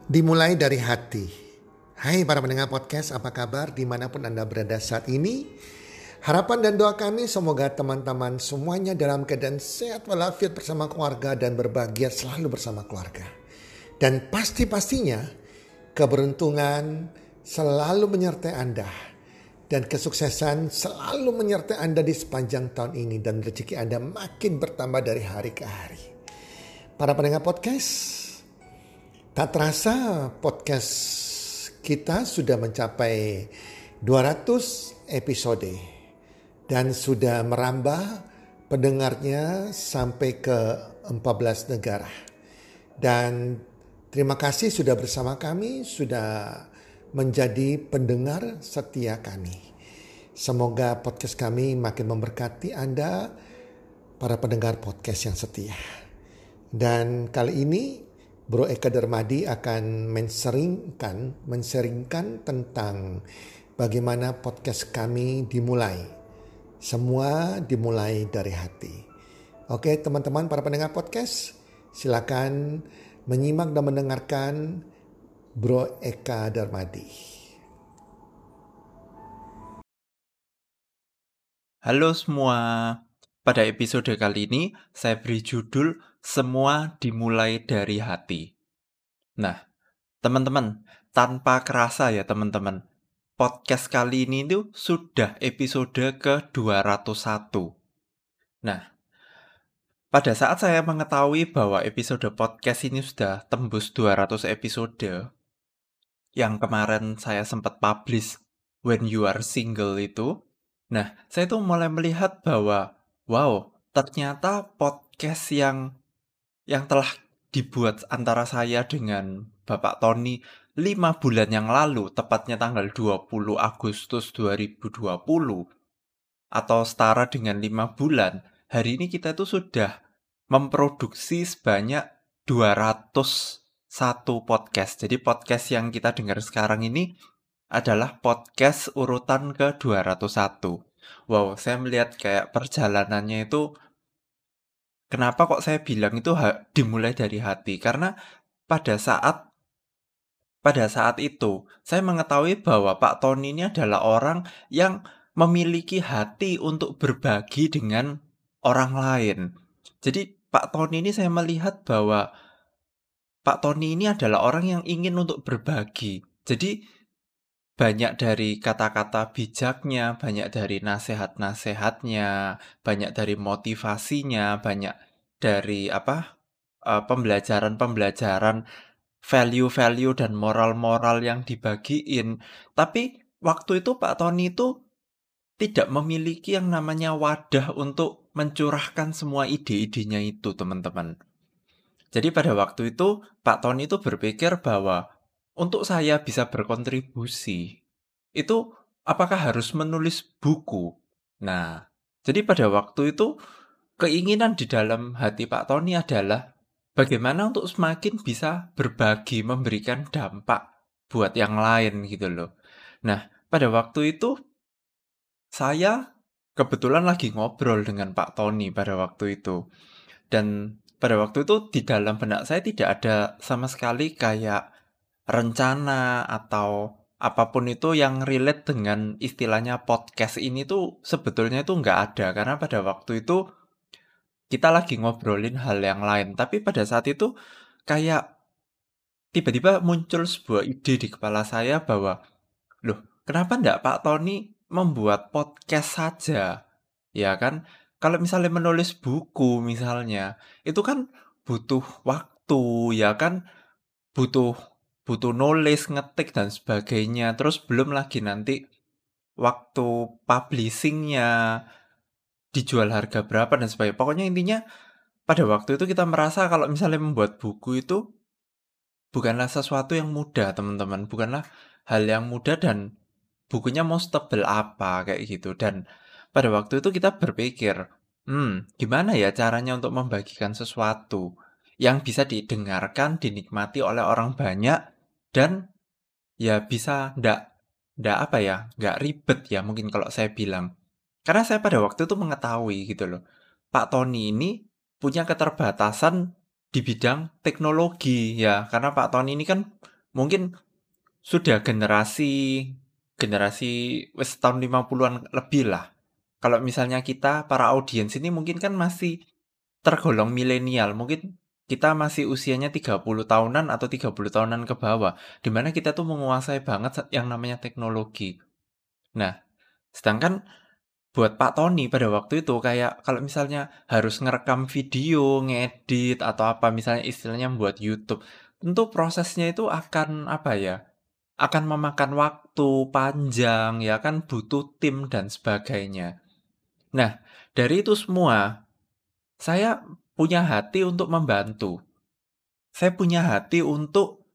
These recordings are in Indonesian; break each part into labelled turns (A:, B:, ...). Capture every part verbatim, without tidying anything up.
A: Dimulai dari hati. Hai para pendengar podcast, apa kabar dimanapun Anda berada saat ini? Harapan dan doa kami semoga teman-teman semuanya dalam keadaan sehat walafiat bersama keluarga dan berbahagia selalu bersama keluarga. Dan pasti-pastinya keberuntungan selalu menyertai Anda. Dan kesuksesan selalu menyertai Anda di sepanjang tahun ini. Dan rezeki Anda makin bertambah dari hari ke hari. Para pendengar podcast, tak terasa podcast kita sudah mencapai dua ratus episode dan sudah merambah pendengarnya sampai ke empat belas negara. Dan terima kasih sudah bersama kami, sudah menjadi pendengar setia kami. Semoga podcast kami makin memberkati Anda, para pendengar podcast yang setia. Dan kali ini Bro Eka Darmadi akan menseringkan, menseringkan tentang bagaimana podcast kami dimulai. Semua dimulai dari hati. Oke teman-teman para pendengar podcast, silakan menyimak dan mendengarkan Bro Eka Darmadi.
B: Halo semua, pada episode kali ini saya beri judul Semua Dimulai Dari Hati. Nah, teman-teman, tanpa kerasa ya teman-teman, podcast kali ini tuh sudah episode ke dua ratus satu. Nah, pada saat saya mengetahui bahwa episode podcast ini sudah tembus dua ratus episode, yang kemarin saya sempat publish When You Are Single itu, nah, saya tuh mulai melihat bahwa, wow, ternyata podcast yang yang telah dibuat antara saya dengan Bapak Tony lima bulan yang lalu, tepatnya tanggal dua puluh Agustus dua ribu dua puluh, atau setara dengan lima bulan, hari ini kita tuh sudah memproduksi sebanyak dua ratus satu podcast. Jadi podcast yang kita dengar sekarang ini adalah podcast urutan ke dua ratus satu. Wow, saya melihat kayak perjalanannya itu, kenapa kok saya bilang itu ha- dimulai dari hati? Karena pada saat pada saat itu saya mengetahui bahwa Pak Tony ini adalah orang yang memiliki hati untuk berbagi dengan orang lain. Jadi Pak Tony ini saya melihat bahwa Pak Tony ini adalah orang yang ingin untuk berbagi. Jadi banyak dari kata-kata bijaknya, banyak dari nasihat-nasihatnya, banyak dari motivasinya, banyak dari apa eh, pembelajaran-pembelajaran, value-value dan moral-moral yang dibagiin. Tapi waktu itu Pak Tony itu tidak memiliki yang namanya wadah untuk mencurahkan semua ide-idenya itu, teman-teman. Jadi pada waktu itu Pak Tony itu berpikir bahwa untuk saya bisa berkontribusi, itu apakah harus menulis buku? Nah, jadi pada waktu itu keinginan di dalam hati Pak Tony adalah bagaimana untuk semakin bisa berbagi, memberikan dampak buat yang lain gitu loh. Nah, pada waktu itu saya kebetulan lagi ngobrol dengan Pak Tony pada waktu itu. Dan pada waktu itu di dalam benak saya tidak ada sama sekali kayak rencana atau apapun itu yang relate dengan istilahnya podcast ini tuh sebetulnya itu nggak ada. Karena pada waktu itu kita lagi ngobrolin hal yang lain. Tapi pada saat itu kayak tiba-tiba muncul sebuah ide di kepala saya bahwa, loh, kenapa ndak Pak Tony membuat podcast saja? Ya kan? Kalau misalnya menulis buku misalnya, itu kan butuh waktu, ya kan? Butuh butuh nulis, ngetik dan sebagainya. Terus belum lagi nanti waktu publishingnya, dijual harga berapa dan sebagainya. Pokoknya intinya pada waktu itu kita merasa kalau misalnya membuat buku itu bukanlah sesuatu yang mudah, teman-teman. Bukanlah hal yang mudah dan bukunya mau setebal apa kayak gitu. Dan pada waktu itu kita berpikir, hmm, gimana ya caranya untuk membagikan sesuatu yang bisa didengarkan, dinikmati oleh orang banyak dan ya bisa ndak ndak apa ya, nggak ribet ya mungkin kalau saya bilang. Karena saya pada waktu itu mengetahui gitu loh, Pak Tony ini punya keterbatasan di bidang teknologi ya, karena Pak Tony ini kan mungkin sudah generasi generasi wis tahun lima puluhan lebih lah. Kalau misalnya kita para audiens ini mungkin kan masih tergolong milenial, mungkin kita masih usianya tiga puluh tahunan atau tiga puluh tahunan ke bawah, di mana kita tuh menguasai banget yang namanya teknologi. Nah, sedangkan buat Pak Tony pada waktu itu kayak kalau misalnya harus ngerekam video, ngedit atau apa misalnya istilahnya buat YouTube, tentu prosesnya itu akan apa ya, akan memakan waktu panjang ya kan, butuh tim dan sebagainya. Nah, dari itu semua saya punya hati untuk membantu. Saya punya hati untuk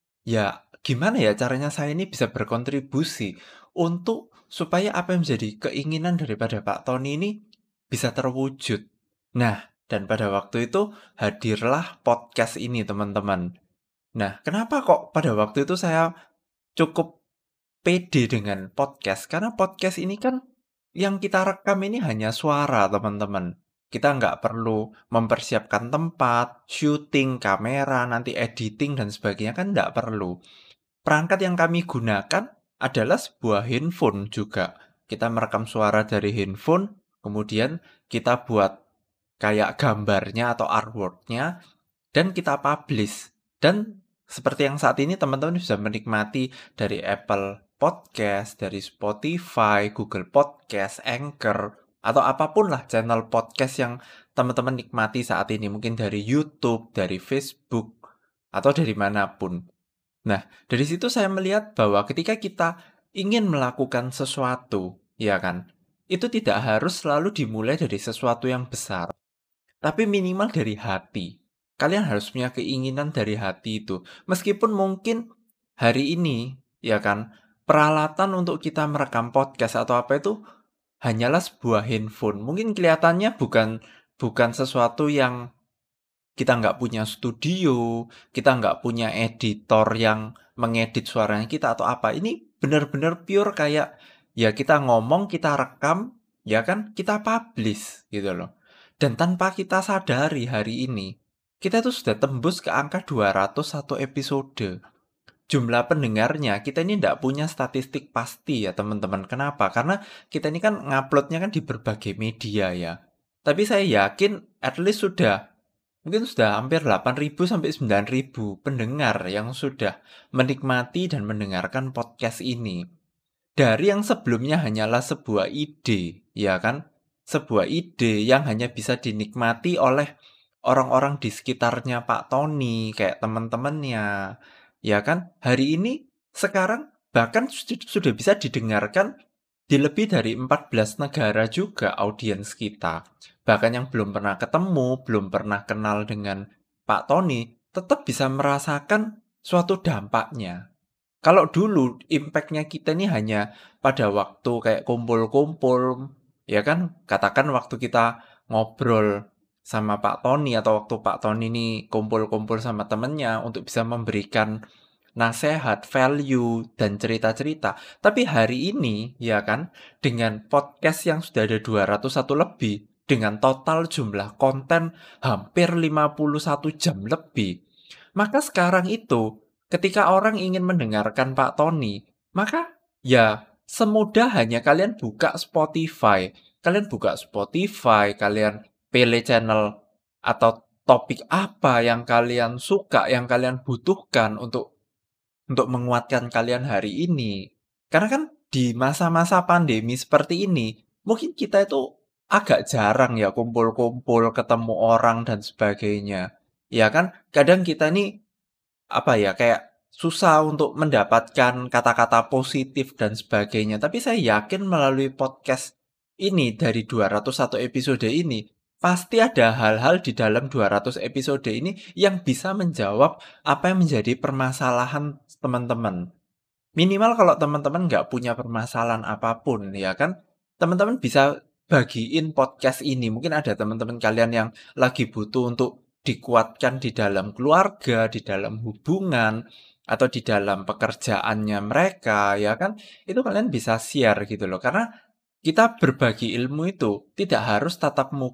B: ya gimana ya caranya saya ini bisa berkontribusi untuk supaya apa yang menjadi keinginan daripada Pak Tony ini bisa terwujud. Nah, dan pada waktu itu hadirlah podcast ini teman-teman. Nah, kenapa kok pada waktu itu saya cukup pede dengan podcast? Karena podcast ini kan yang kita rekam ini hanya suara teman-teman. Kita nggak perlu mempersiapkan tempat, syuting, kamera, nanti editing dan sebagainya kan nggak perlu. Perangkat yang kami gunakan adalah sebuah handphone juga. Kita merekam suara dari handphone, kemudian kita buat kayak gambarnya atau artwork-nya, dan kita publish. Dan seperti yang saat ini teman-teman bisa menikmati dari Apple Podcast, dari Spotify, Google Podcast, Anchor, atau apapun lah channel podcast yang teman-teman nikmati saat ini. Mungkin dari YouTube, dari Facebook, atau dari manapun. Nah, dari situ saya melihat bahwa ketika kita ingin melakukan sesuatu, ya kan, itu tidak harus selalu dimulai dari sesuatu yang besar, tapi minimal dari hati. Kalian harus punya keinginan dari hati itu. Meskipun mungkin hari ini, ya kan, peralatan untuk kita merekam podcast atau apa itu hanyalah sebuah handphone. Mungkin kelihatannya bukan bukan sesuatu yang kita nggak punya studio, kita nggak punya editor yang mengedit suaranya kita atau apa. Ini benar-benar pure kayak ya kita ngomong, kita rekam, ya kan, kita publish gitu loh. Dan tanpa kita sadari hari ini, kita tuh sudah tembus ke angka dua ratus satu episode. Jumlah pendengarnya, kita ini tidak punya statistik pasti ya teman-teman. Kenapa? Karena kita ini kan nguploadnya kan di berbagai media ya. Tapi saya yakin at least sudah Mungkin sudah hampir delapan ribu sampai sembilan ribu pendengar yang sudah menikmati dan mendengarkan podcast ini. Dari yang sebelumnya hanyalah sebuah ide, ya kan? Sebuah ide yang hanya bisa dinikmati oleh orang-orang di sekitarnya Pak Tony, kayak teman-temannya. Ya kan? Hari ini, sekarang bahkan sudah bisa didengarkan di lebih dari empat belas negara juga audiens kita. Bahkan yang belum pernah ketemu, belum pernah kenal dengan Pak Tony, tetap bisa merasakan suatu dampaknya. Kalau dulu impact-nya kita ini hanya pada waktu kayak kumpul-kumpul, ya kan? Katakan waktu kita ngobrol sama Pak Tony atau waktu Pak Tony ini kumpul-kumpul sama temennya untuk bisa memberikan nasihat, value, dan cerita-cerita. Tapi hari ini, ya kan, dengan podcast yang sudah ada dua ratus satu lebih, dengan total jumlah konten hampir lima puluh satu jam lebih, maka sekarang itu, ketika orang ingin mendengarkan Pak Tony, maka ya semudah hanya kalian buka Spotify. Kalian buka Spotify, kalian pilih channel atau topik apa yang kalian suka, yang kalian butuhkan untuk untuk menguatkan kalian hari ini. Karena kan di masa-masa pandemi seperti ini, mungkin kita itu agak jarang ya kumpul-kumpul, ketemu orang dan sebagainya. Ya kan, kadang kita ini apa ya, kayak susah untuk mendapatkan kata-kata positif dan sebagainya. Tapi saya yakin melalui podcast ini dari dua ratus satu episode ini, pasti ada hal-hal di dalam dua ratus episode ini yang bisa menjawab apa yang menjadi permasalahan teman-teman. Minimal kalau teman-teman nggak punya permasalahan apapun, ya kan, teman-teman bisa bagiin podcast ini. Mungkin ada teman-teman kalian yang lagi butuh untuk dikuatkan di dalam keluarga, di dalam hubungan, atau di dalam pekerjaannya mereka, ya kan, itu kalian bisa share gitu loh. Karena kita berbagi ilmu itu tidak harus tatap muka.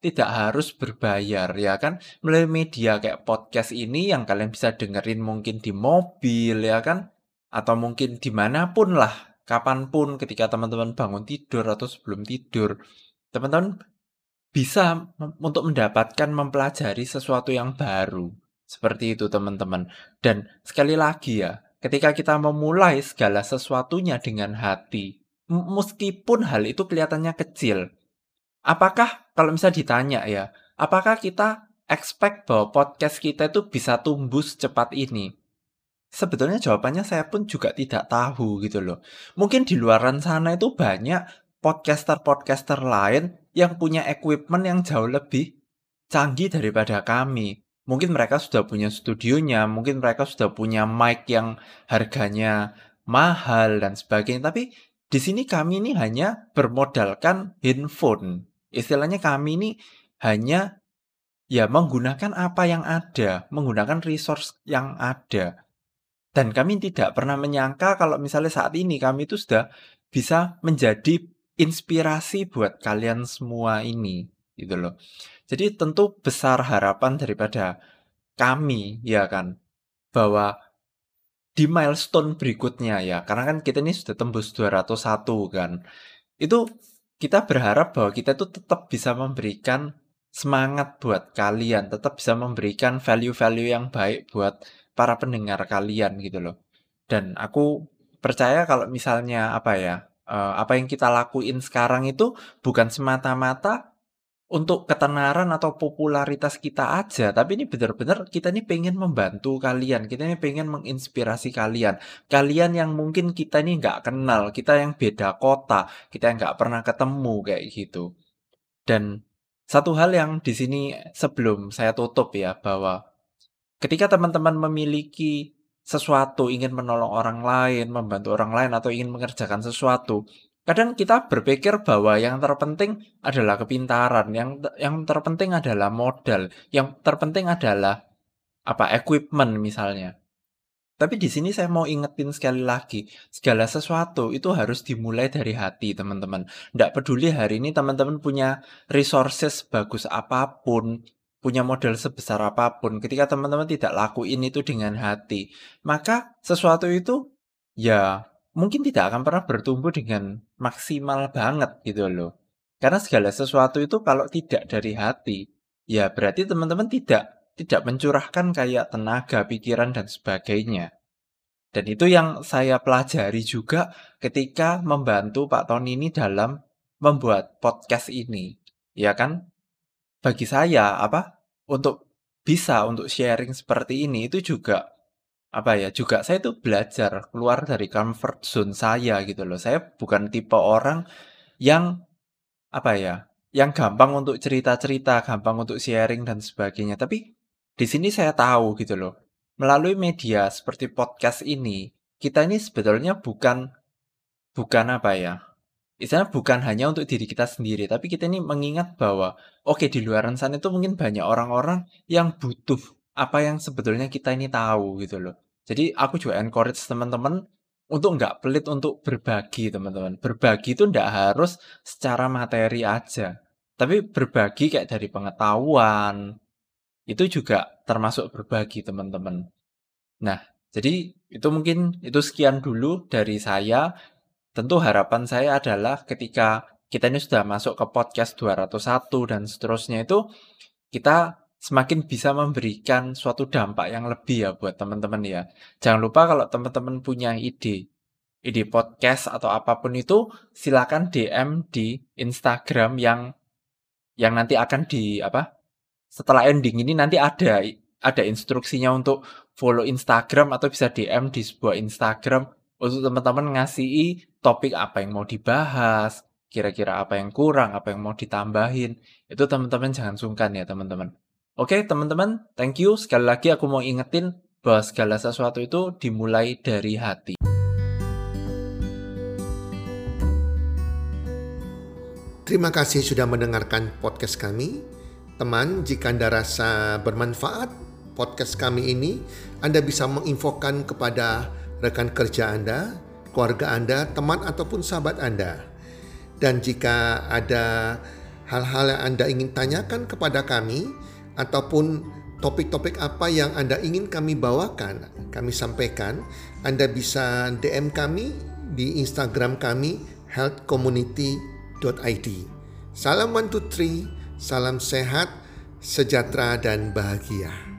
B: tidak harus berbayar ya kan. Melalui media kayak podcast ini yang kalian bisa dengerin mungkin di mobil ya kan, atau mungkin dimanapun lah, kapanpun ketika teman-teman bangun tidur atau sebelum tidur, teman-teman bisa mem- untuk mendapatkan mempelajari sesuatu yang baru. Seperti itu teman-teman. Dan sekali lagi ya, ketika kita memulai segala sesuatunya dengan hati, m- meskipun hal itu kelihatannya kecil, apakah kalau misalnya ditanya ya, apakah kita expect bahwa podcast kita itu bisa tumbuh secepat ini? Sebetulnya jawabannya saya pun juga tidak tahu gitu loh. Mungkin di luaran sana itu banyak podcaster-podcaster lain yang punya equipment yang jauh lebih canggih daripada kami. Mungkin mereka sudah punya studionya, mungkin mereka sudah punya mic yang harganya mahal dan sebagainya. Tapi di sini kami ini hanya bermodalkan handphone. Istilahnya kami ini hanya ya menggunakan apa yang ada, menggunakan resource yang ada. Dan kami tidak pernah menyangka kalau misalnya saat ini kami itu sudah bisa menjadi inspirasi buat kalian semua ini, gitu loh. Jadi tentu besar harapan daripada kami, ya kan, bahwa di milestone berikutnya ya, karena kan kita ini sudah tembus dua ratus satu kan. Itu kita berharap bahwa kita itu tetap bisa memberikan semangat buat kalian, tetap bisa memberikan value-value yang baik buat para pendengar kalian gitu loh. Dan aku percaya kalau misalnya apa ya, eee, apa yang kita lakuin sekarang itu bukan semata-mata untuk ketenaran atau popularitas kita aja, tapi ini benar-benar kita ini pengen membantu kalian, kita ini pengen menginspirasi kalian. Kalian yang mungkin kita ini nggak kenal, kita yang beda kota, kita yang nggak pernah ketemu kayak gitu. Dan satu hal yang di sini sebelum saya tutup ya, bahwa ketika teman-teman memiliki sesuatu, ingin menolong orang lain, membantu orang lain, atau ingin mengerjakan sesuatu, kadang kita berpikir bahwa yang terpenting adalah kepintaran, yang yang terpenting adalah modal, yang terpenting adalah apa equipment misalnya. Tapi di sini saya mau ingetin sekali lagi, segala sesuatu itu harus dimulai dari hati, teman-teman. Nggak peduli hari ini teman-teman punya resources bagus apapun, punya modal sebesar apapun, ketika teman-teman tidak lakuin itu dengan hati, maka sesuatu itu ya mungkin tidak akan pernah bertumbuh dengan maksimal banget gitu loh. Karena segala sesuatu itu kalau tidak dari hati, ya berarti teman-teman tidak tidak mencurahkan kayak tenaga, pikiran, dan sebagainya. Dan itu yang saya pelajari juga ketika membantu Pak Tony ini dalam membuat podcast ini. Ya kan, bagi saya apa untuk bisa untuk sharing seperti ini itu juga apa ya, juga saya itu belajar keluar dari comfort zone saya gitu loh. Saya bukan tipe orang yang apa ya, yang gampang untuk cerita-cerita, gampang untuk sharing dan sebagainya. Tapi di sini saya tahu gitu loh, melalui media seperti podcast ini, kita ini sebetulnya bukan bukan apa ya, istilahnya bukan hanya untuk diri kita sendiri, tapi kita ini mengingat bahwa oke di luaran sana itu mungkin banyak orang-orang yang butuh apa yang sebetulnya kita ini tahu gitu loh. Jadi aku juga encourage teman-teman untuk nggak pelit untuk berbagi teman-teman. Berbagi itu nggak harus secara materi aja, tapi berbagi kayak dari pengetahuan, itu juga termasuk berbagi teman-teman. Nah, jadi itu mungkin itu sekian dulu dari saya. Tentu harapan saya adalah ketika kita ini sudah masuk ke podcast dua ratus satu dan seterusnya itu, kita semakin bisa memberikan suatu dampak yang lebih ya buat teman-teman ya. Jangan lupa kalau teman-teman punya ide, ide podcast atau apapun itu, silakan D M di Instagram yang yang nanti akan di apa? Setelah ending ini nanti ada ada instruksinya untuk follow Instagram atau bisa D M di sebuah Instagram untuk teman-teman ngasih topik apa yang mau dibahas, kira-kira apa yang kurang, apa yang mau ditambahin. Itu teman-teman jangan sungkan ya teman-teman. Oke teman-teman, thank you. Sekali lagi aku mau ingetin bahwa segala sesuatu itu dimulai dari hati.
A: Terima kasih sudah mendengarkan podcast kami. Teman, jika Anda rasa bermanfaat podcast kami ini, Anda bisa menginfokan kepada rekan kerja Anda, keluarga Anda, teman ataupun sahabat Anda. Dan jika ada hal-hal yang Anda ingin tanyakan kepada kami, ataupun topik-topik apa yang Anda ingin kami bawakan, kami sampaikan, Anda bisa D M kami di Instagram kami health community dot i d. Salam one two three, salam sehat, sejahtera dan bahagia.